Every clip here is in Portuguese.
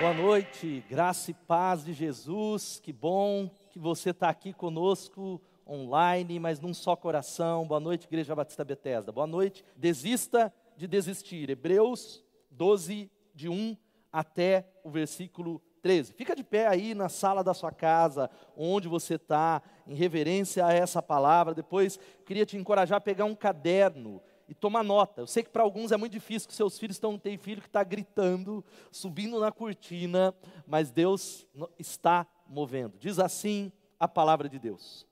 Boa noite, graça e paz de Jesus. Que bom que você está aqui conosco online, mas num só coração. Boa noite, Igreja Batista Bethesda. Boa noite, desista de desistir. Hebreus 12, de 1 até o versículo 13. Fica de pé aí na sala da sua casa, onde você está, em reverência a essa palavra. Depois, queria te encorajar a pegar um caderno e tomar nota. Eu sei que para alguns é muito difícil, que seus filhos tem filho que está gritando, subindo na cortina, mas Deus está movendo. Diz assim a palavra de Deus: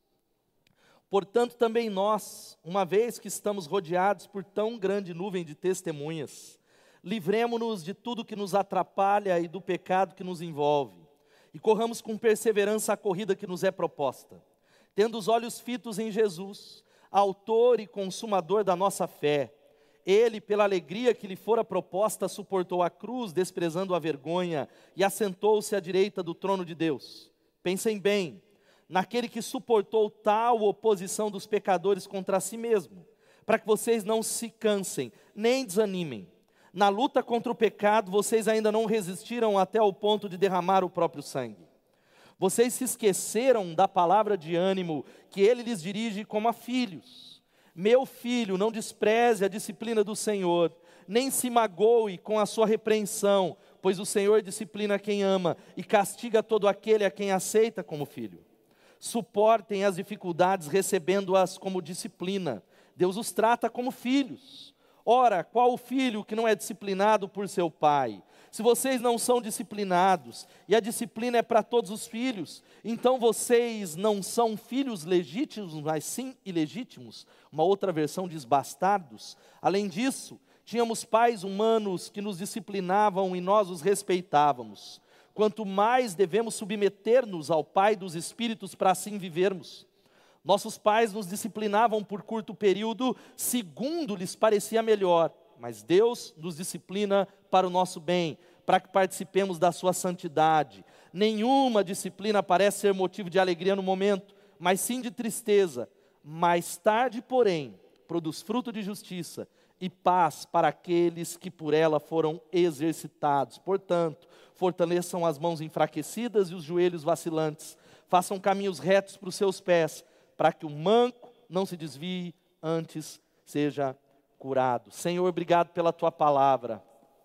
portanto também nós, uma vez que estamos rodeados por tão grande nuvem de testemunhas, livremo-nos de tudo que nos atrapalha e do pecado que nos envolve, e corramos com perseverança a corrida que nos é proposta, tendo os olhos fitos em Jesus, autor e consumador da nossa fé. Ele, pela alegria que lhe fora proposta, suportou a cruz, desprezando a vergonha, e assentou-se à direita do trono de Deus. Pensem bem naquele que suportou tal oposição dos pecadores contra si mesmo, para que vocês não se cansem, nem desanimem. Na luta contra o pecado, vocês ainda não resistiram até o ponto de derramar o próprio sangue. Vocês se esqueceram da palavra de ânimo que ele lhes dirige como a filhos. Meu filho, não despreze a disciplina do Senhor, nem se magoe com a sua repreensão, pois o Senhor disciplina quem ama e castiga todo aquele a quem aceita como filho. Suportem as dificuldades recebendo-as como disciplina. Deus os trata como filhos. Ora, qual o filho que não é disciplinado por seu pai? Se vocês não são disciplinados, e a disciplina é para todos os filhos, então vocês não são filhos legítimos, mas sim ilegítimos. Uma outra versão diz bastardos. Além disso, tínhamos pais humanos que nos disciplinavam e nós os respeitávamos. Quanto mais devemos submeter-nos ao Pai dos Espíritos para assim vivermos. Nossos pais nos disciplinavam por curto período, segundo lhes parecia melhor, mas Deus nos disciplina para o nosso bem, para que participemos da sua santidade. Nenhuma disciplina parece ser motivo de alegria no momento, mas sim de tristeza. Mais tarde, porém, produz fruto de justiça e paz para aqueles que por ela foram exercitados. Portanto, fortaleçam as mãos enfraquecidas e os joelhos vacilantes. Façam caminhos retos para os seus pés, para que o manco não se desvie, antes seja curado. Senhor, obrigado pela Tua palavra.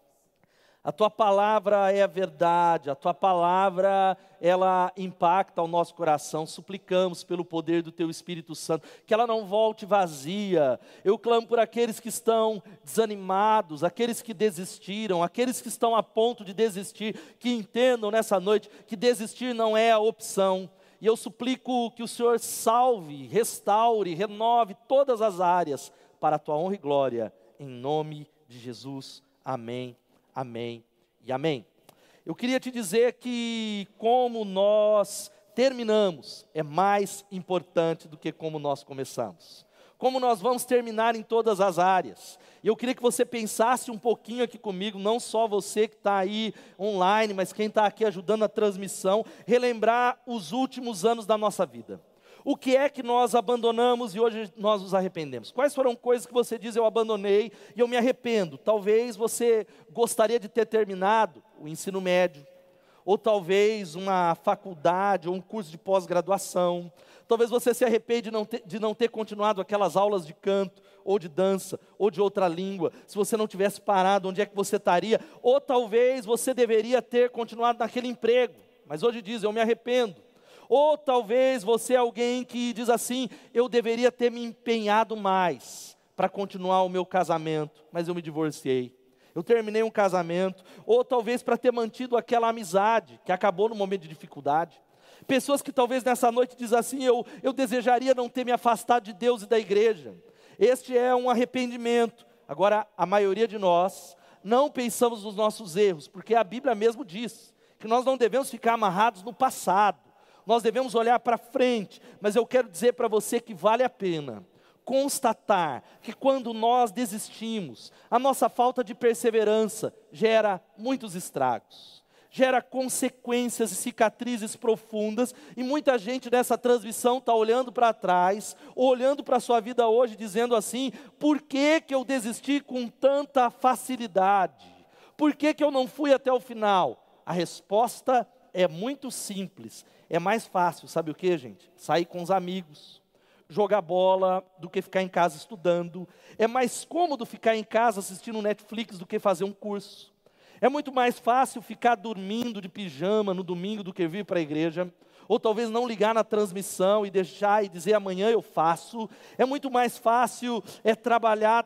A Tua palavra é a verdade, a Tua palavra, ela impacta o nosso coração. Suplicamos pelo poder do Teu Espírito Santo, que ela não volte vazia. Eu clamo por aqueles que estão desanimados, aqueles que desistiram, aqueles que estão a ponto de desistir, que entendam nessa noite que desistir não é a opção. E eu suplico que o Senhor salve, restaure, renove todas as áreas para a Tua honra e glória, em nome de Jesus. Amém, amém e amém. Eu queria te dizer que como nós terminamos é mais importante do que como nós começamos. Como nós vamos terminar em todas as áreas. E eu queria que você pensasse um pouquinho aqui comigo, não só você que está aí online, mas quem está aqui ajudando a transmissão, relembrar os últimos anos da nossa vida. O que é que nós abandonamos e hoje nós nos arrependemos? Quais foram coisas que você diz, eu abandonei e eu me arrependo? Talvez você gostaria de ter terminado o ensino médio, ou talvez uma faculdade, ou um curso de pós-graduação. Talvez você se arrepende de não ter continuado aquelas aulas de canto, ou de dança, ou de outra língua. Se você não tivesse parado, onde é que você estaria? Ou talvez você deveria ter continuado naquele emprego, mas hoje diz, eu me arrependo. Ou talvez você é alguém que diz assim, eu deveria ter me empenhado mais para continuar o meu casamento, mas eu me divorciei. Eu terminei um casamento, ou talvez para ter mantido aquela amizade que acabou no momento de dificuldade. Pessoas que talvez nessa noite dizem assim, eu desejaria não ter me afastado de Deus e da igreja. Este é um arrependimento. Agora, a maioria de nós não pensamos nos nossos erros, porque a Bíblia mesmo diz que nós não devemos ficar amarrados no passado. Nós devemos olhar para frente, mas eu quero dizer para você que vale a pena constatar que quando nós desistimos, a nossa falta de perseverança gera muitos estragos, gera consequências e cicatrizes profundas, e muita gente nessa transmissão está olhando para trás, olhando para a sua vida hoje, dizendo assim, por que que eu desisti com tanta facilidade? Por que que eu não fui até o final? A resposta é muito simples. É mais fácil, sabe o que, gente? Sair com os amigos, jogar bola, do que ficar em casa estudando. É mais cômodo ficar em casa assistindo Netflix do que fazer um curso. É muito mais fácil ficar dormindo de pijama no domingo do que vir para a igreja. Ou talvez não ligar na transmissão e deixar e dizer amanhã eu faço. É muito mais fácil trabalhar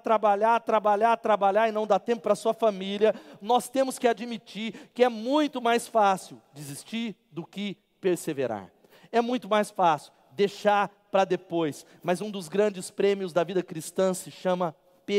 e não dar tempo para a sua família. Nós temos que admitir que é muito mais fácil desistir do que perseverar. É muito mais fácil deixar para depois. Mas um dos grandes prêmios da vida cristã se chama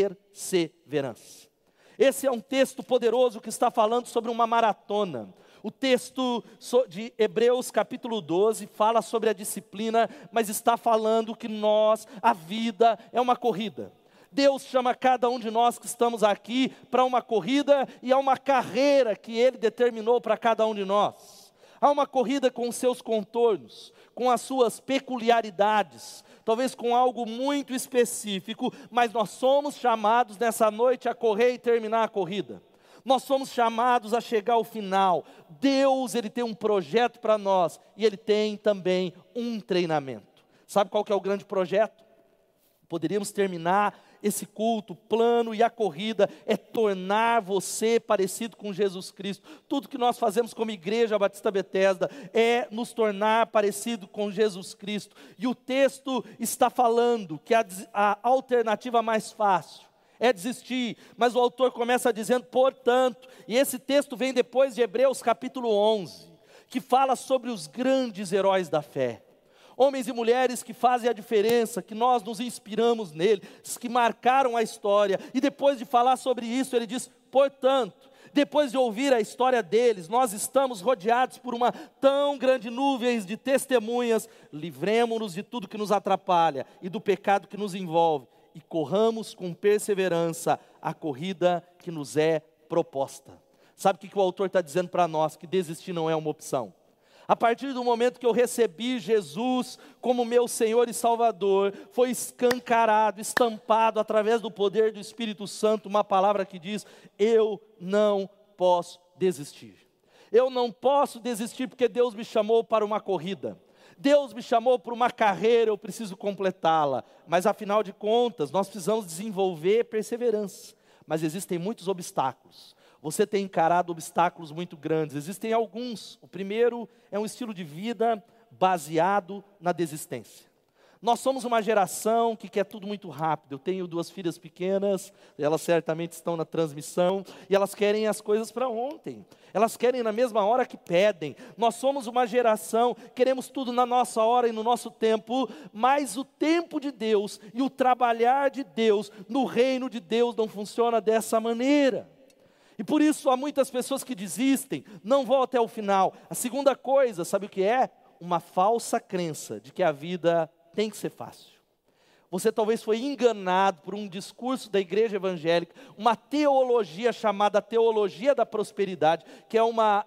perseverança. Esse é um texto poderoso que está falando sobre uma maratona. O texto de Hebreus capítulo 12 fala sobre a disciplina, mas está falando que a vida é uma corrida. Deus chama cada um de nós que estamos aqui para uma corrida e há uma carreira que Ele determinou para cada um de nós. Há uma corrida com os seus contornos, com as suas peculiaridades, talvez com algo muito específico, mas nós somos chamados nessa noite a correr e terminar a corrida. Nós somos chamados a chegar ao final. Deus, Ele tem um projeto para nós e Ele tem também um treinamento. Sabe qual que é o grande projeto? Poderíamos terminar esse culto, plano e a corrida é tornar você parecido com Jesus Cristo. Tudo que nós fazemos como Igreja Batista Betesda é nos tornar parecido com Jesus Cristo. E o texto está falando que a alternativa mais fácil é desistir, mas o autor começa dizendo, portanto, e esse texto vem depois de Hebreus capítulo 11, que fala sobre os grandes heróis da fé. Homens e mulheres que fazem a diferença, que nós nos inspiramos neles, que marcaram a história. E depois de falar sobre isso, ele diz, portanto, depois de ouvir a história deles, nós estamos rodeados por uma tão grande nuvem de testemunhas, livremo-nos de tudo que nos atrapalha e do pecado que nos envolve, e corramos com perseverança a corrida que nos é proposta. Sabe o que o autor está dizendo para nós? Que desistir não é uma opção. A partir do momento que eu recebi Jesus como meu Senhor e Salvador, foi escancarado, estampado através do poder do Espírito Santo, uma palavra que diz, eu não posso desistir. Eu não posso desistir porque Deus me chamou para uma corrida. Deus me chamou para uma carreira, eu preciso completá-la. Mas afinal de contas, nós precisamos desenvolver perseverança. Mas existem muitos obstáculos. Você tem encarado obstáculos muito grandes. Existem alguns. O primeiro é um estilo de vida baseado na desistência. Nós somos uma geração que quer tudo muito rápido. Eu tenho 2 filhas pequenas, elas certamente estão na transmissão, e elas querem as coisas para ontem. Elas querem na mesma hora que pedem. Nós somos uma geração, queremos tudo na nossa hora e no nosso tempo, mas o tempo de Deus e o trabalhar de Deus no reino de Deus não funciona dessa maneira. E por isso há muitas pessoas que desistem, não vão até o final. A segunda coisa, sabe o que é? Uma falsa crença de que a vida tem que ser fácil. Você talvez foi enganado por um discurso da igreja evangélica, uma teologia chamada teologia da prosperidade, que é uma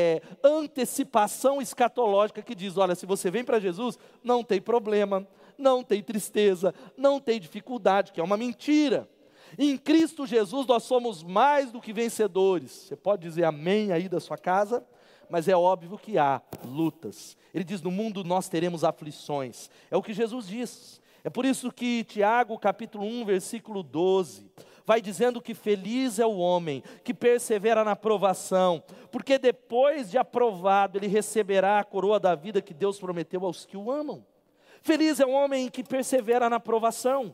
antecipação escatológica que diz, olha, se você vem para Jesus, não tem problema, não tem tristeza, não tem dificuldade, que é uma mentira. Em Cristo Jesus nós somos mais do que vencedores. Você pode dizer amém aí da sua casa? Mas é óbvio que há lutas. Ele diz, no mundo nós teremos aflições. É o que Jesus diz. É por isso que Tiago, capítulo 1, versículo 12, vai dizendo que feliz é o homem que persevera na provação, porque depois de aprovado, ele receberá a coroa da vida que Deus prometeu aos que o amam. Feliz é o homem que persevera na provação.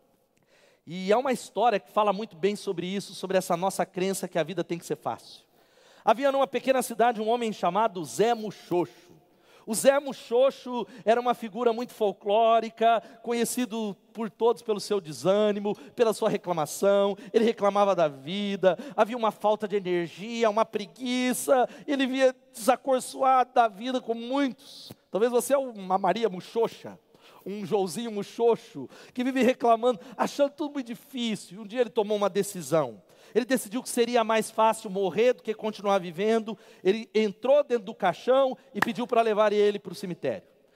E há uma história que fala muito bem sobre isso, sobre essa nossa crença que a vida tem que ser fácil. Havia numa pequena cidade um homem chamado Zé Muxoxo. O Zé Muxoxo era uma figura muito folclórica, conhecido por todos pelo seu desânimo, pela sua reclamação. Ele reclamava da vida, havia uma falta de energia, uma preguiça. Ele via desacorçoado da vida como muitos. Talvez você é uma Maria Muxoxa, um Joãozinho Muxoxo, que vive reclamando, achando tudo muito difícil. Um dia ele tomou uma decisão. Ele decidiu que seria mais fácil morrer do que continuar vivendo. Ele entrou dentro do caixão e pediu para levar ele para o cemitério.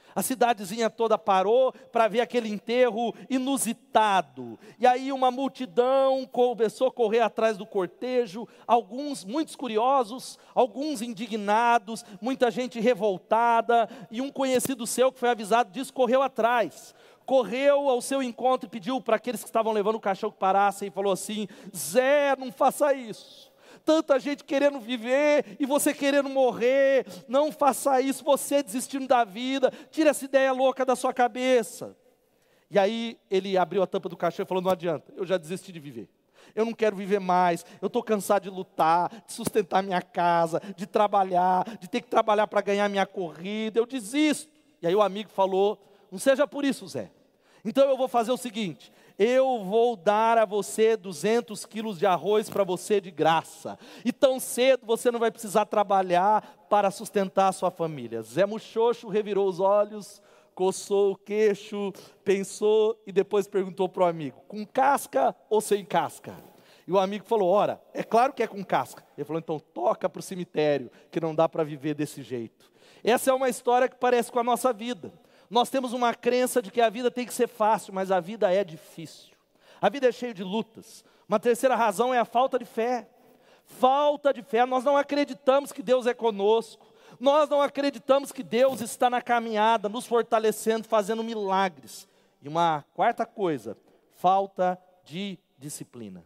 A cidadezinha toda parou para ver aquele enterro inusitado. E aí uma multidão começou a correr atrás do cortejo, muitos curiosos, alguns indignados, muita gente revoltada, e um conhecido seu que foi avisado disso correu atrás. Correu ao seu encontro e pediu para aqueles que estavam levando o caixão que parassem e falou assim: Zé, não faça isso. Tanta gente querendo viver e você querendo morrer, não faça isso, você desistindo da vida, tira essa ideia louca da sua cabeça. E aí ele abriu a tampa do caixão e falou: não adianta, eu já desisti de viver. Eu não quero viver mais, eu estou cansado de lutar, de sustentar minha casa, de trabalhar, de ter que trabalhar para ganhar minha corrida, eu desisto. E aí o amigo falou: não seja por isso, Zé. Então eu vou fazer o seguinte: eu vou dar a você 200 quilos de arroz para você de graça. E tão cedo você não vai precisar trabalhar para sustentar a sua família. Zé Muxoxo revirou os olhos, coçou o queixo, pensou e depois perguntou para o amigo: com casca ou sem casca? E o amigo falou: ora, é claro que é com casca. Ele falou: então toca para o cemitério, que não dá para viver desse jeito. Essa é uma história que parece com a nossa vida. Nós temos uma crença de que a vida tem que ser fácil, mas a vida é difícil. A vida é cheia de lutas. Uma terceira razão é a falta de fé. Falta de fé, nós não acreditamos que Deus é conosco. Nós não acreditamos que Deus está na caminhada, nos fortalecendo, fazendo milagres. E uma quarta coisa, falta de disciplina.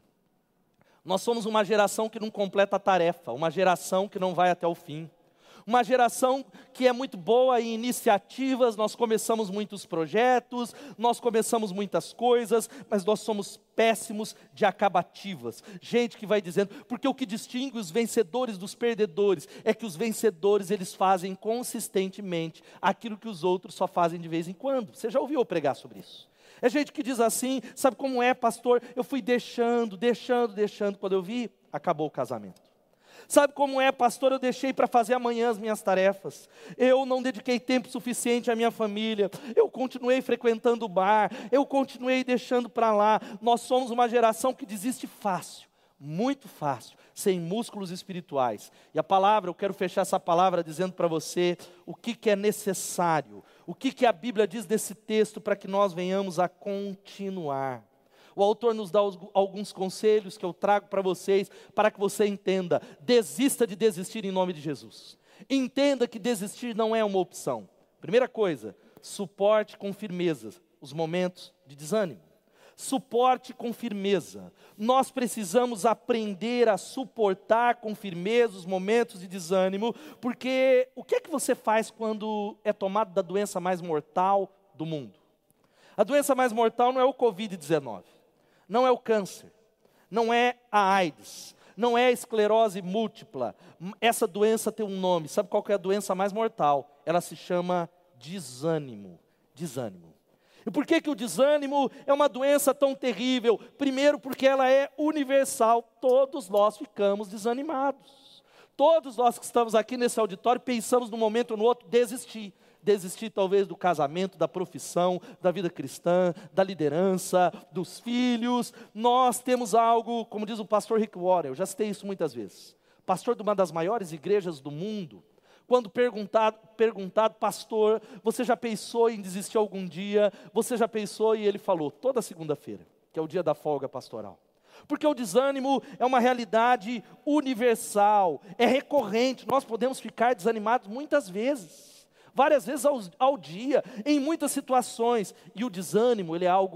Nós somos uma geração que não completa a tarefa, uma geração que não vai até o fim. Uma geração que é muito boa em iniciativas, nós começamos muitos projetos, nós começamos muitas coisas, mas nós somos péssimos de acabativas. Gente que vai dizendo, porque o que distingue os vencedores dos perdedores é que os vencedores eles fazem consistentemente aquilo que os outros só fazem de vez em quando. Você já ouviu eu pregar sobre isso? É gente que diz assim, sabe como é, pastor? Eu fui deixando, quando eu vi, acabou o casamento. Sabe como é, pastor? Eu deixei para fazer amanhã as minhas tarefas. Eu não dediquei tempo suficiente à minha família. Eu continuei frequentando o bar. Eu continuei deixando para lá. Nós somos uma geração que desiste fácil, muito fácil, sem músculos espirituais. E a palavra, eu quero fechar essa palavra dizendo para você o que é necessário. O que a Bíblia diz desse texto para que nós venhamos a continuar. O autor nos dá alguns conselhos que eu trago para vocês, para que você entenda. Desista de desistir em nome de Jesus. Entenda que desistir não é uma opção. Primeira coisa, suporte com firmeza os momentos de desânimo. Suporte com firmeza. Nós precisamos aprender a suportar com firmeza os momentos de desânimo, porque o que é que você faz quando é tomado da doença mais mortal do mundo? A doença mais mortal não é o Covid-19. Não é o câncer, não é a AIDS, não é a esclerose múltipla. Essa doença tem um nome, sabe qual que é a doença mais mortal? Ela se chama desânimo. Desânimo. E por que o desânimo é uma doença tão terrível? Primeiro porque ela é universal, todos nós ficamos desanimados. Todos nós que estamos aqui nesse auditório pensamos num momento ou no outro desistir. Desistir talvez do casamento, da profissão, da vida cristã, da liderança, dos filhos. Nós temos algo, como diz o pastor Rick Warren, eu já citei isso muitas vezes. Pastor de uma das maiores igrejas do mundo. Quando perguntado, pastor, você já pensou em desistir algum dia? Você já pensou? E ele falou, toda segunda-feira, que é o dia da folga pastoral. Porque o desânimo é uma realidade universal, é recorrente, nós podemos ficar desanimados muitas vezes. Várias vezes ao dia, em muitas situações. E o desânimo, ele é algo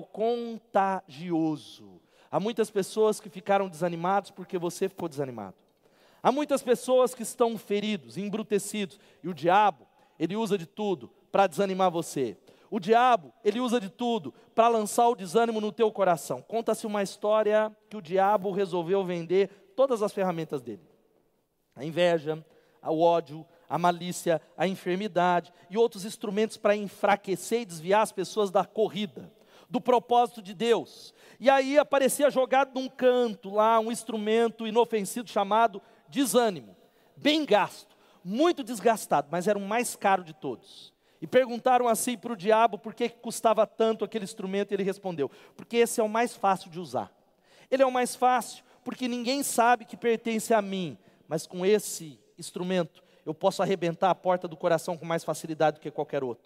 contagioso. Há muitas pessoas que ficaram desanimadas porque você ficou desanimado. Há muitas pessoas que estão feridos, embrutecidos. E o diabo, ele usa de tudo para desanimar você. O diabo, ele usa de tudo para lançar o desânimo no teu coração. Conta-se uma história que o diabo resolveu vender todas as ferramentas dele. A inveja, o ódio, a malícia, a enfermidade e outros instrumentos para enfraquecer e desviar as pessoas da corrida, do propósito de Deus. E aí aparecia jogado num canto lá um instrumento inofensivo chamado desânimo, bem gasto, muito desgastado, mas era o mais caro de todos. E perguntaram assim para o diabo por que custava tanto aquele instrumento, e ele respondeu, porque esse é o mais fácil de usar. Ele é o mais fácil porque ninguém sabe que pertence a mim, mas com esse instrumento eu posso arrebentar a porta do coração com mais facilidade do que qualquer outro.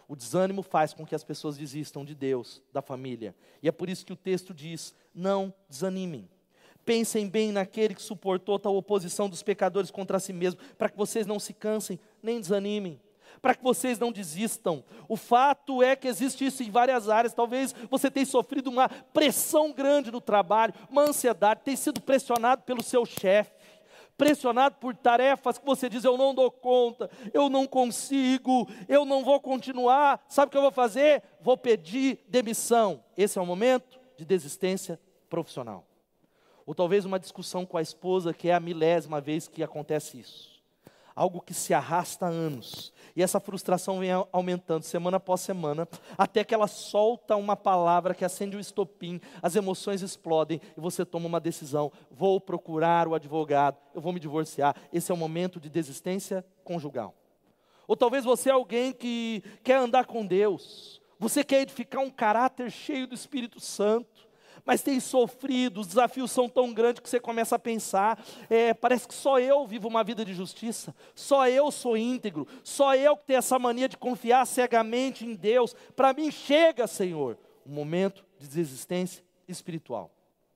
O desânimo faz com que as pessoas desistam de Deus, da família. E é por isso que o texto diz: não desanimem. Pensem bem naquele que suportou tal oposição dos pecadores contra si mesmo, para que vocês não se cansem, nem desanimem, para que vocês não desistam. O fato é que existe isso em várias áreas. Talvez você tenha sofrido uma pressão grande no trabalho, uma ansiedade, tenha sido pressionado pelo seu chefe, pressionado por tarefas que você diz: eu não dou conta, eu não consigo, eu não vou continuar. Sabe o que eu vou fazer? Vou pedir demissão. Esse é o momento de desistência profissional. Ou talvez uma discussão com a esposa, que é a 1000ª vez que acontece isso. Algo que se arrasta há anos, e essa frustração vem aumentando semana após semana, até que ela solta uma palavra que acende o estopim, as emoções explodem, e você toma uma decisão: vou procurar o advogado, eu vou me divorciar. Esse é o momento de desistência conjugal. Ou talvez você é alguém que quer andar com Deus, você quer edificar um caráter cheio do Espírito Santo, mas tem sofrido, os desafios são tão grandes que você começa a pensar: parece que só eu vivo uma vida de justiça, só eu sou íntegro, só eu que tenho essa mania de confiar cegamente em Deus. Para mim chega, Senhor. Um momento de desistência espiritual.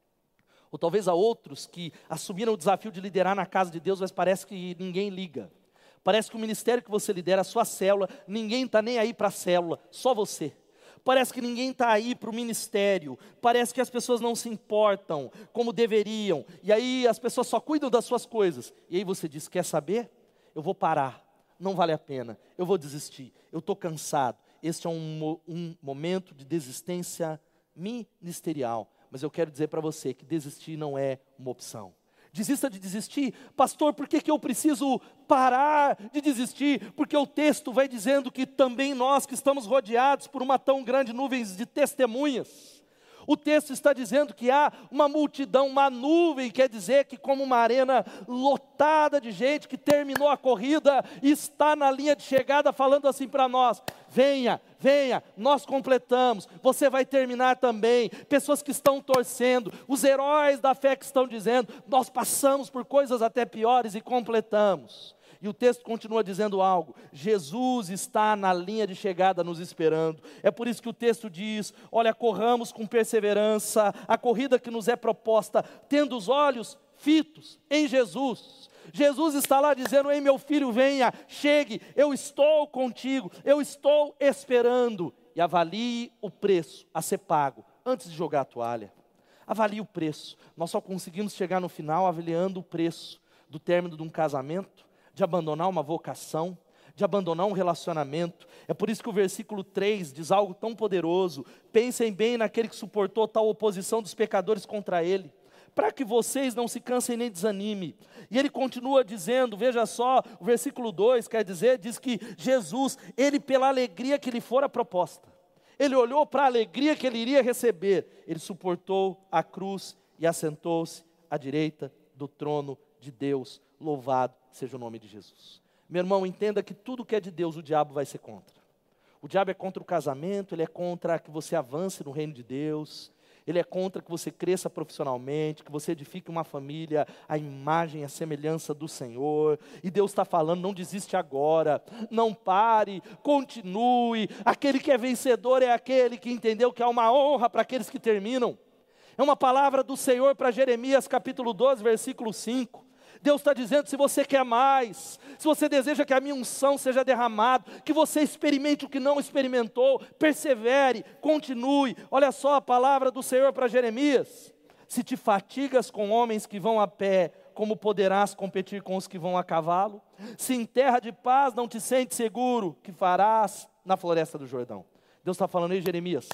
Ou talvez há outros que assumiram o desafio de liderar na casa de Deus, mas parece que ninguém liga. Parece que o ministério que você lidera, a sua célula, ninguém está nem aí para a célula, só você. Parece que ninguém está aí para o ministério, parece que as pessoas não se importam como deveriam, e aí as pessoas só cuidam das suas coisas, e aí você diz: quer saber? Eu vou parar, não vale a pena, eu vou desistir, eu estou cansado. Este é um momento de desistência ministerial, mas eu quero dizer para você que desistir não é uma opção. Desista de desistir. Pastor, por que eu preciso parar de desistir? Porque o texto vai dizendo que também nós que estamos rodeados por uma tão grande nuvem de testemunhas, o texto está dizendo que há uma multidão, uma nuvem, quer dizer que como uma arena lotada de gente que terminou a corrida e está na linha de chegada falando assim para nós: venha, venha, nós completamos, você vai terminar também. Pessoas que estão torcendo, os heróis da fé que estão dizendo: nós passamos por coisas até piores e completamos. E o texto continua dizendo algo: Jesus está na linha de chegada nos esperando. É por isso que o texto diz: olha, corramos com perseverança a corrida que nos é proposta, tendo os olhos fitos em Jesus. Jesus está lá dizendo: ei, meu filho, venha, chegue, eu estou contigo, eu estou esperando. E avalie o preço a ser pago antes de jogar a toalha. Avalie o preço. Nós só conseguimos chegar no final avaliando o preço do término de um casamento, de abandonar uma vocação, de abandonar um relacionamento. É por isso que o versículo 3 diz algo tão poderoso: pensem bem naquele que suportou tal oposição dos pecadores contra ele, para que vocês não se cansem nem desanimem. E ele continua dizendo, veja só, o versículo 2 diz que Jesus, ele pela alegria que lhe fora proposta, ele olhou para a alegria que ele iria receber, ele suportou a cruz e assentou-se à direita do trono de Deus. Louvado seja o nome de Jesus. Meu irmão, entenda que tudo que é de Deus, o diabo vai ser contra. O diabo é contra o casamento, ele é contra que você avance no reino de Deus, ele é contra que você cresça profissionalmente, que você edifique uma família à imagem e à semelhança do Senhor. E Deus está falando: não desiste agora, não pare, continue. Aquele que é vencedor é aquele que entendeu que há uma honra para aqueles que terminam. É uma palavra do Senhor para Jeremias capítulo 12, versículo 5. Deus está dizendo: se você quer mais, se você deseja que a minha unção seja derramada, que você experimente o que não experimentou, persevere, continue. Olha só a palavra do Senhor para Jeremias: se te fatigas com homens que vão a pé, como poderás competir com os que vão a cavalo? Se em terra de paz não te sentes seguro, que farás na floresta do Jordão? Deus está falando: ei, Jeremias,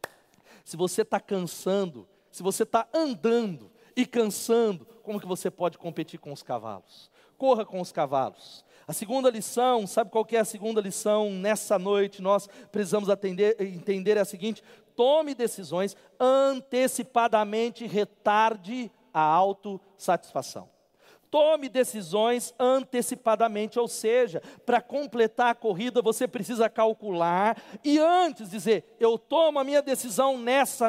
se você está cansando, se você está andando e cansando, como que você pode competir com os cavalos? Corra com os cavalos. A segunda lição, sabe qual que é a segunda lição nessa noite? Nós precisamos entender a seguinte: tome decisões antecipadamente, retarde a autossatisfação. Tome decisões antecipadamente, ou seja, para completar a corrida você precisa calcular e antes dizer: eu tomo a minha decisão nessa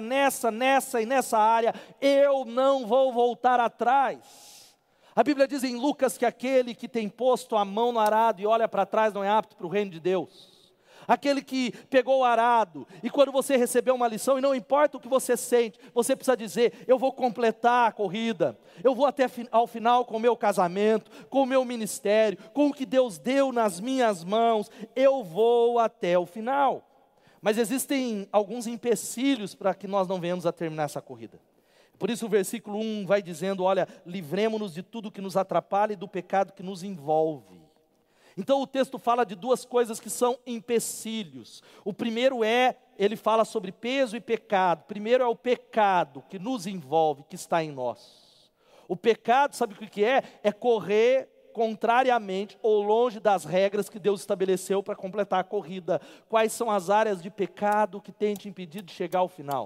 e nessa área, eu não vou voltar atrás. A Bíblia diz em Lucas que aquele que tem posto a mão no arado e olha para trás não é apto para o reino de Deus. Aquele que pegou o arado, e quando você recebeu uma lição, e não importa o que você sente, você precisa dizer: eu vou completar a corrida, eu vou até ao final com o meu casamento, com o meu ministério, com o que Deus deu nas minhas mãos, eu vou até o final. Mas existem alguns empecilhos para que nós não venhamos a terminar essa corrida. Por isso o versículo 1 vai dizendo: olha, livremo-nos de tudo que nos atrapalha e do pecado que nos envolve. Então o texto fala de duas coisas que são empecilhos. O primeiro ele fala sobre peso e pecado. Primeiro é o pecado que nos envolve, que está em nós. O pecado, sabe o que é? É correr contrariamente ou longe das regras que Deus estabeleceu para completar a corrida. Quais são as áreas de pecado que têm te impedido de chegar ao final?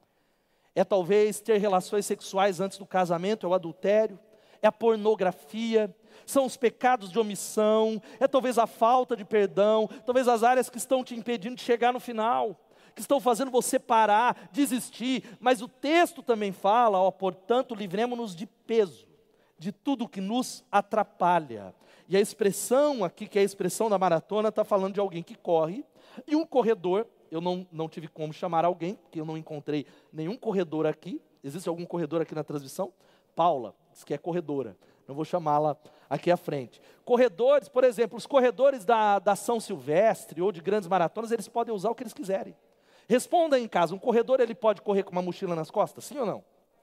É talvez ter relações sexuais antes do casamento, é o adultério, é a pornografia, são os pecados de omissão, é talvez a falta de perdão, talvez as áreas que estão te impedindo de chegar no final, que estão fazendo você parar, desistir. Mas o texto também fala, portanto, livremo-nos de peso, de tudo que nos atrapalha. E a expressão aqui, que é a expressão da maratona, está falando de alguém que corre, e um corredor. Eu não tive como chamar alguém, porque eu não encontrei nenhum corredor aqui. Existe algum corredor aqui na transmissão? Paula, diz que é corredora. Não vou chamá-la aqui à frente. Corredores, por exemplo, os corredores da São Silvestre ou de grandes maratonas, eles podem usar o que eles quiserem. Responda em casa: um corredor, ele pode correr com uma mochila nas costas? Sim ou não?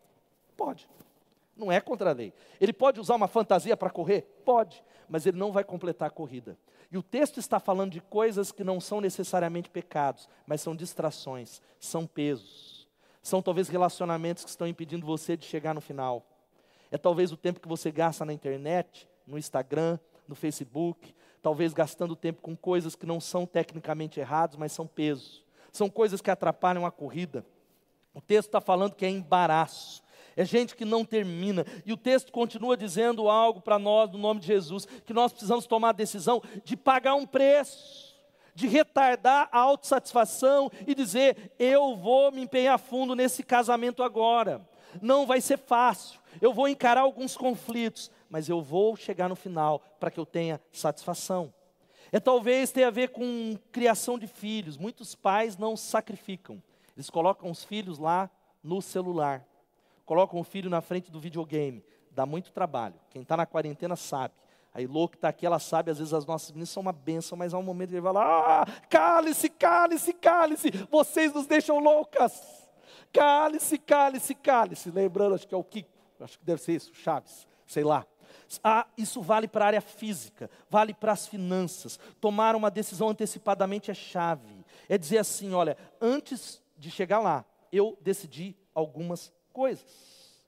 Pode. Não é contra a lei. Ele pode usar uma fantasia para correr? Pode. Mas ele não vai completar a corrida. E o texto está falando de coisas que não são necessariamente pecados, mas são distrações, são pesos. São talvez relacionamentos que estão impedindo você de chegar no final. É talvez o tempo que você gasta na internet, no Instagram, no Facebook, talvez gastando tempo com coisas que não são tecnicamente erradas, mas são pesos. São coisas que atrapalham a corrida. O texto está falando que é embaraço. É gente que não termina. E o texto continua dizendo algo para nós, no nome de Jesus, que nós precisamos tomar a decisão de pagar um preço, de retardar a autossatisfação e dizer: eu vou me empenhar fundo nesse casamento agora. Não vai ser fácil, eu vou encarar alguns conflitos, mas eu vou chegar no final para que eu tenha satisfação. Talvez tenha a ver com criação de filhos. Muitos pais não sacrificam. Eles colocam os filhos lá no celular. Colocam o filho na frente do videogame. Dá muito trabalho. Quem está na quarentena sabe. A Ilô que está aqui, ela sabe, às vezes as nossas meninas são uma bênção, mas há um momento que ele vai lá: cale-se, cale-se, cale-se, vocês nos deixam loucas. Cale-se, cale-se, cale-se. Lembrando, acho que é o Kiko, acho que deve ser isso, Chaves, sei lá. Isso vale para a área física, vale para as finanças. Tomar uma decisão antecipadamente é chave. É dizer assim: olha, antes de chegar lá, eu decidi algumas coisas.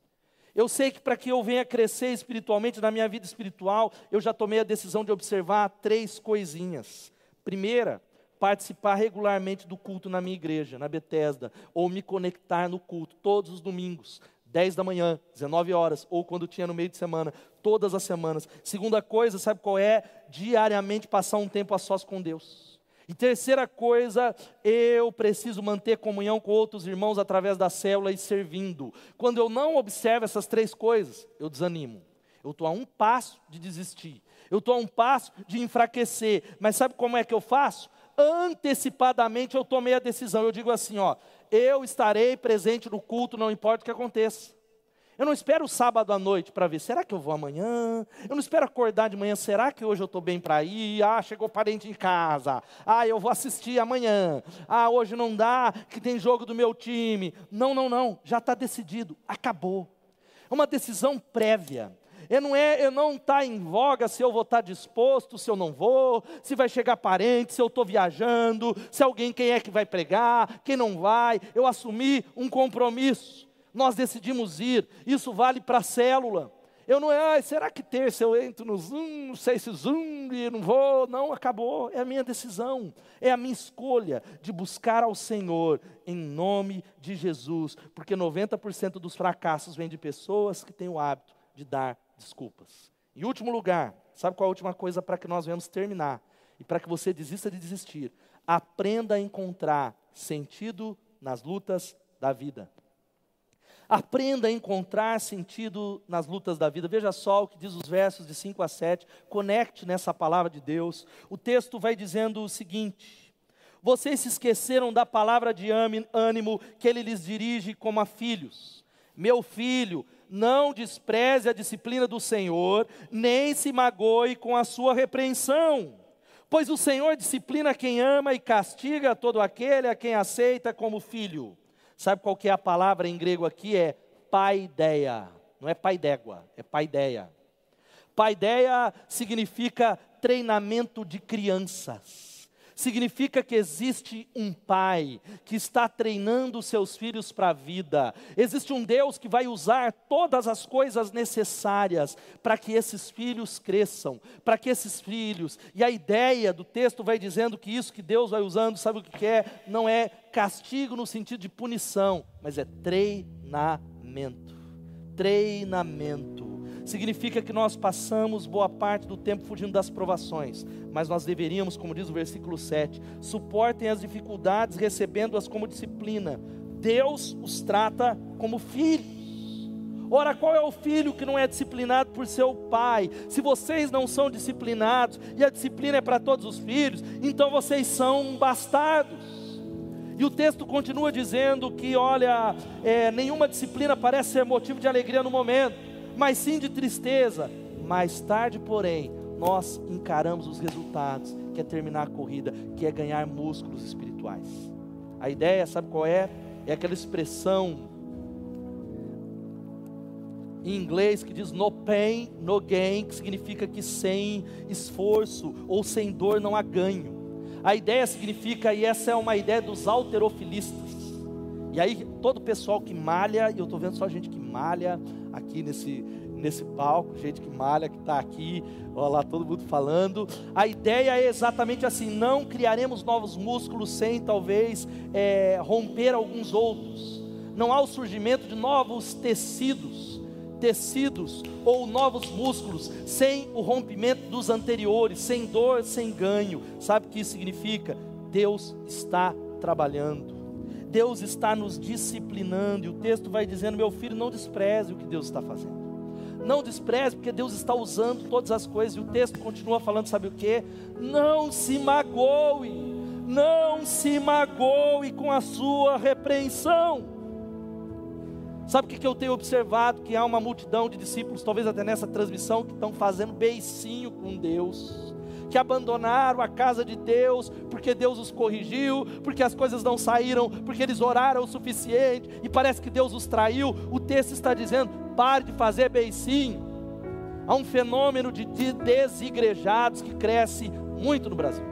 Eu sei que para que eu venha crescer espiritualmente, na minha vida espiritual, eu já tomei a decisão de observar 3 coisinhas. Primeira, participar regularmente do culto na minha igreja, na Betesda, ou me conectar no culto todos os domingos, 10 da manhã, 19 horas, ou quando tinha no meio de semana, todas as semanas. Segunda coisa, sabe qual é? Diariamente passar um tempo a sós com Deus. E terceira coisa, eu preciso manter comunhão com outros irmãos através da célula e servindo. Quando eu não observo essas 3 coisas, eu desanimo. Eu estou a um passo de desistir. Eu estou a um passo de enfraquecer. Mas sabe como é que eu faço? Antecipadamente eu tomei a decisão. Eu digo assim, eu estarei presente no culto, não importa o que aconteça. Eu não espero o sábado à noite para ver, será que eu vou amanhã? Eu não espero acordar de manhã, será que hoje eu estou bem para ir? Chegou parente em casa. Eu vou assistir amanhã. Hoje não dá, que tem jogo do meu time. Não, já está decidido, acabou. É uma decisão prévia. Eu não está em voga se eu vou estar disposto, se eu não vou, se vai chegar parente, se eu estou viajando, se alguém, quem é que vai pregar, quem não vai. Eu assumi um compromisso. Nós decidimos ir. Isso vale para a célula. Eu não será que terça eu entro no Zoom, não sei se Zoom e não vou. Não, acabou. É a minha decisão. É a minha escolha de buscar ao Senhor em nome de Jesus. Porque 90% dos fracassos vem de pessoas que têm o hábito de dar desculpas. Em último lugar, sabe qual é a última coisa para que nós venhamos terminar? E para que você desista de desistir. Aprenda a encontrar sentido nas lutas da vida. Aprenda a encontrar sentido nas lutas da vida. Veja só o que diz os versos de 5 a 7. Conecte nessa palavra de Deus. O texto vai dizendo o seguinte: Vocês se esqueceram da palavra de ânimo que ele lhes dirige como a filhos. Meu filho, não despreze a disciplina do Senhor, nem se magoe com a sua repreensão. Pois o Senhor disciplina quem ama e castiga todo aquele a quem aceita como filho. Sabe qual que é a palavra em grego aqui? É paideia. Não é paidégua, é paideia. Paideia significa treinamento de crianças. Significa que existe um pai que está treinando os seus filhos para a vida. Existe um Deus que vai usar todas as coisas necessárias para que esses filhos cresçam, para que esses filhos... E a ideia do texto vai dizendo que isso que Deus vai usando, sabe o que é? Não é castigo no sentido de punição, mas é treinamento. Treinamento. Significa que nós passamos boa parte do tempo fugindo das provações, mas nós deveríamos, como diz o versículo 7, suportem as dificuldades recebendo-as como disciplina. Deus os trata como filhos. Ora, qual é o filho que não é disciplinado por seu pai? Se vocês não são disciplinados, e a disciplina é para todos os filhos, então vocês são bastardos. E o texto continua dizendo que, olha, nenhuma disciplina parece ser motivo de alegria no momento, mas sim de tristeza. Mais tarde, porém, nós encaramos os resultados, que é terminar a corrida, que é ganhar músculos espirituais. A ideia, sabe qual é? É aquela expressão em inglês que diz no pain, no gain, que significa que sem esforço ou sem dor não há ganho. A ideia significa, e essa é uma ideia dos halterofilistas, e aí todo o pessoal que malha, e eu estou vendo só gente que malha aqui nesse palco, gente que malha, que está aqui, olha lá todo mundo falando. A ideia é exatamente assim: não criaremos novos músculos sem talvez romper alguns outros. Não há o surgimento de novos tecidos ou novos músculos sem o rompimento dos anteriores, sem dor, sem ganho. Sabe o que isso significa? Deus está trabalhando, Deus está nos disciplinando, e o texto vai dizendo: meu filho, não despreze o que Deus está fazendo. Não despreze, porque Deus está usando todas as coisas. E o texto continua falando, sabe o que? Não se magoe com a sua repreensão. Sabe o que eu tenho observado? Que há uma multidão de discípulos, talvez até nessa transmissão, que estão fazendo beicinho com Deus, que abandonaram a casa de Deus, porque Deus os corrigiu, porque as coisas não saíram, porque eles oraram o suficiente, e parece que Deus os traiu. O texto está dizendo: pare de fazer beicinho. Há um fenômeno de desigrejados que cresce muito no Brasil.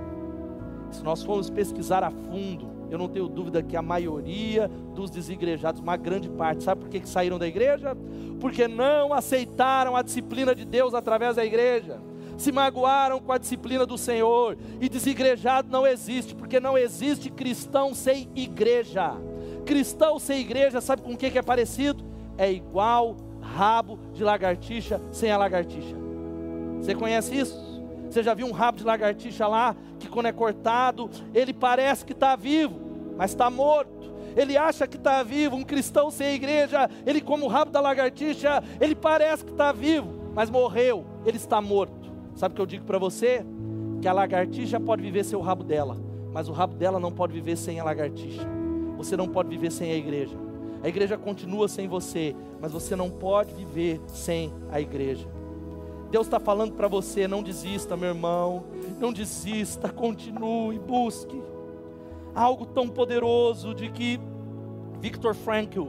Se nós formos pesquisar a fundo, eu não tenho dúvida que a maioria dos desigrejados, uma grande parte, sabe por que saíram da igreja? Porque não aceitaram a disciplina de Deus através da igreja, se magoaram com a disciplina do Senhor. E desigrejado não existe, porque não existe cristão sem igreja. Cristão sem igreja, sabe com o que é parecido? É igual rabo de lagartixa sem a lagartixa. Você conhece isso? Você já viu um rabo de lagartixa lá, que quando é cortado, ele parece que está vivo, mas está morto. Ele acha que está vivo. Um cristão sem igreja, ele como o rabo da lagartixa, ele parece que está vivo, mas morreu, ele está morto. Sabe o que eu digo para você? Que a lagartixa pode viver sem o rabo dela, mas o rabo dela não pode viver sem a lagartixa. Você não pode viver sem a igreja. A igreja continua sem você, mas você não pode viver sem a igreja. Deus está falando para você: não desista, meu irmão, não desista, continue, busque. Algo tão poderoso de que Viktor Frankl,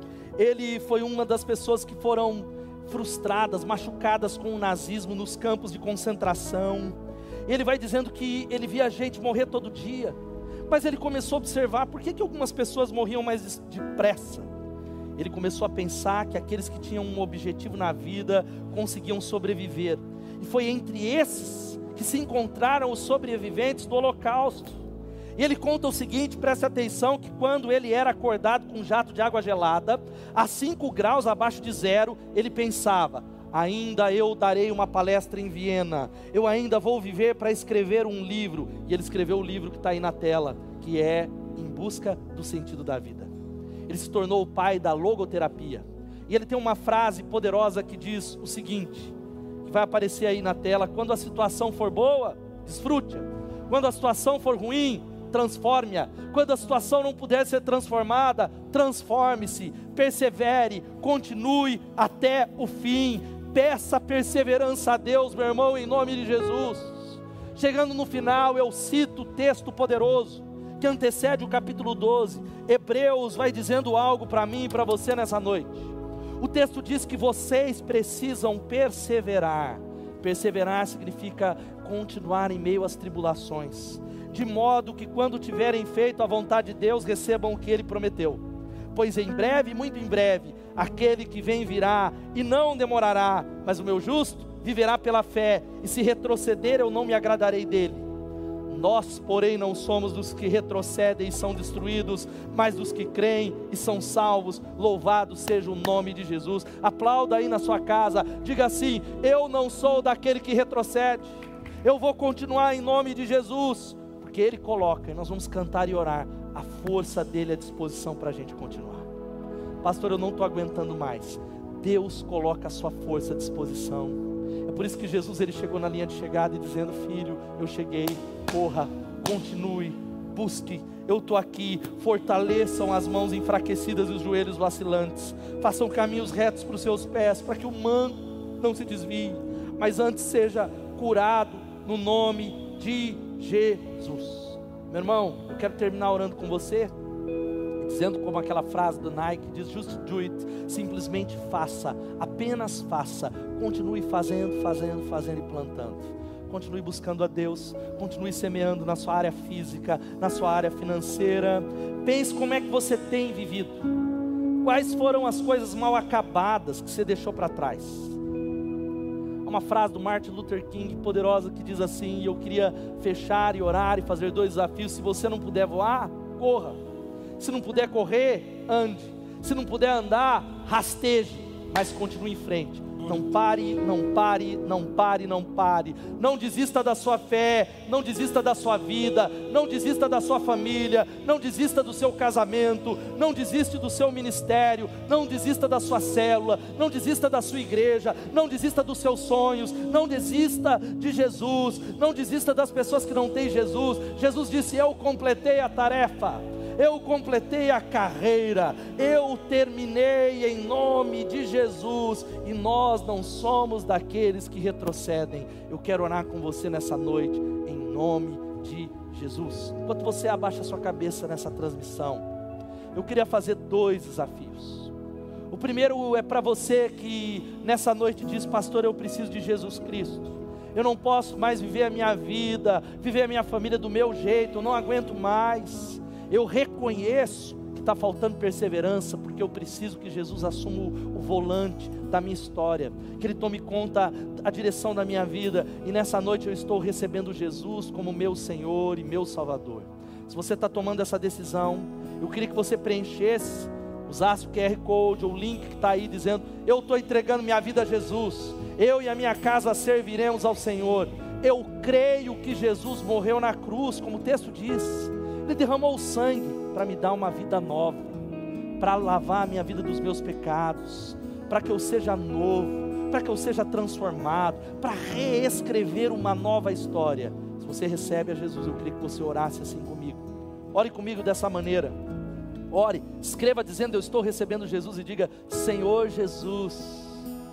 ele foi uma das pessoas que foram frustradas, machucadas com o nazismo nos campos de concentração. Ele vai dizendo que ele via gente morrer todo dia, mas ele começou a observar por que algumas pessoas morriam mais depressa. Ele começou a pensar que aqueles que tinham um objetivo na vida conseguiam sobreviver, e foi entre esses que se encontraram os sobreviventes do Holocausto. E ele conta o seguinte, preste atenção, que quando ele era acordado com um jato de água gelada, a 5 graus abaixo de zero, ele pensava: ainda eu darei uma palestra em Viena, eu ainda vou viver para escrever um livro. E ele escreveu o livro que está aí na tela, que é Em Busca do Sentido da Vida. Ele se tornou o pai da logoterapia, e ele tem uma frase poderosa que diz o seguinte, que vai aparecer aí na tela: quando a situação for boa, desfrute-a. Quando a situação for ruim, transforme-a. Quando a situação não puder ser transformada, transforme-se, persevere, continue até o fim. Peça perseverança a Deus, meu irmão, em nome de Jesus. Chegando no final, eu cito o texto poderoso que antecede o capítulo 12. Hebreus vai dizendo algo para mim e para você nessa noite. O texto diz que vocês precisam perseverar. Perseverar significa continuar em meio às tribulações, de modo que quando tiverem feito a vontade de Deus, recebam o que Ele prometeu. Pois em breve, muito em breve, aquele que vem virá e não demorará, mas o meu justo viverá pela fé, e se retroceder eu não me agradarei dele. Nós, porém, não somos dos que retrocedem e são destruídos, mas dos que creem e são salvos. Louvado seja o nome de Jesus. Aplauda aí na sua casa, diga assim: eu não sou daquele que retrocede, eu vou continuar em nome de Jesus, porque Ele coloca, e nós vamos cantar e orar, a força dEle à disposição para a gente continuar. Pastor, eu não estou aguentando mais. Deus coloca a sua força à disposição. É por isso que Jesus, Ele chegou na linha de chegada e dizendo: filho, eu cheguei, corra, continue, busque, eu estou aqui. Fortaleçam as mãos enfraquecidas e os joelhos vacilantes, façam caminhos retos para os seus pés, para que o manco não se desvie, mas antes seja curado no nome de Jesus. Meu irmão, eu quero terminar orando com você, dizendo como aquela frase do Nike diz: just do it, simplesmente faça, apenas faça, continue fazendo, fazendo, fazendo e plantando. Continue buscando a Deus, continue semeando na sua área física, na sua área financeira. Pense como é que você tem vivido, quais foram as coisas mal acabadas que você deixou para trás. Há uma frase do Martin Luther King poderosa que diz assim, e eu queria fechar e orar e fazer 2 desafios: se você não puder voar, corra. Se não puder correr, ande. Se não puder andar, rasteje, mas continue em frente. Não pare, não pare, não pare, não pare. Não desista da sua fé, não desista da sua vida, não desista da sua família, não desista do seu casamento, não desista do seu ministério, não desista da sua célula, não desista da sua igreja, não desista dos seus sonhos, não desista de Jesus, não desista das pessoas que não têm Jesus. Jesus disse: eu completei a tarefa, eu completei a carreira, eu terminei em nome de Jesus, e nós não somos daqueles que retrocedem. Eu quero orar com você nessa noite, em nome de Jesus. Enquanto você abaixa a sua cabeça nessa transmissão, eu queria fazer 2 desafios. O primeiro é para você que nessa noite diz: pastor, eu preciso de Jesus Cristo. Eu não posso mais viver a minha vida, viver a minha família do meu jeito, eu não aguento mais. Eu reconheço que está faltando perseverança, porque eu preciso que Jesus assuma o volante da minha história, que Ele tome conta a direção da minha vida, e nessa noite eu estou recebendo Jesus como meu Senhor e meu Salvador. Se você está tomando essa decisão, eu queria que você preenchesse, usasse o QR Code ou o link que está aí dizendo: eu estou entregando minha vida a Jesus, eu e a minha casa serviremos ao Senhor. Eu creio que Jesus morreu na cruz, como o texto diz. Ele derramou o sangue para me dar uma vida nova, para lavar a minha vida dos meus pecados, para que eu seja novo, para que eu seja transformado, para reescrever uma nova história. Se você recebe a Jesus, eu queria que você orasse assim comigo. Ore comigo dessa maneira. Ore, escreva dizendo: eu estou recebendo Jesus, e diga: Senhor Jesus,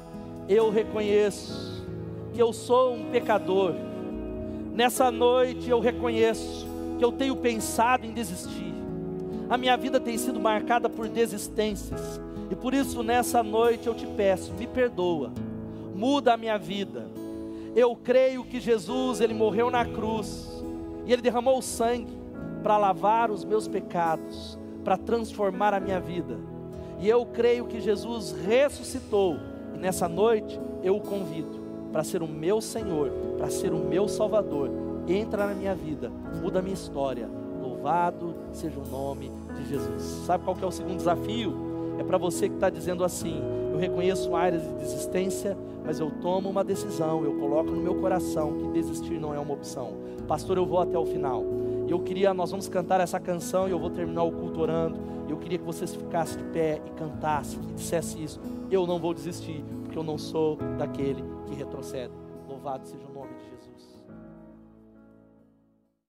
eu reconheço que eu sou um pecador. Nessa noite eu reconheço que eu tenho pensado em desistir. A minha vida tem sido marcada por desistências, e por isso nessa noite eu te peço: me perdoa, muda a minha vida. Eu creio que Jesus, Ele morreu na cruz, e Ele derramou o sangue para lavar os meus pecados, para transformar a minha vida. E eu creio que Jesus ressuscitou, e nessa noite eu o convido para ser o meu Senhor, para ser o meu Salvador. Entra na minha vida, muda a minha história. Louvado seja o nome de Jesus. Sabe qual que é o segundo desafio? É para você que está dizendo assim: eu reconheço áreas de desistência, mas eu tomo uma decisão, eu coloco no meu coração que desistir não é uma opção. Pastor, eu vou até o final. Nós vamos cantar essa canção e eu vou terminar o culto orando. Eu queria que você ficasse de pé e cantasse, e dissesse isso: eu não vou desistir, porque eu não sou daquele que retrocede. Louvado seja o nome de Jesus.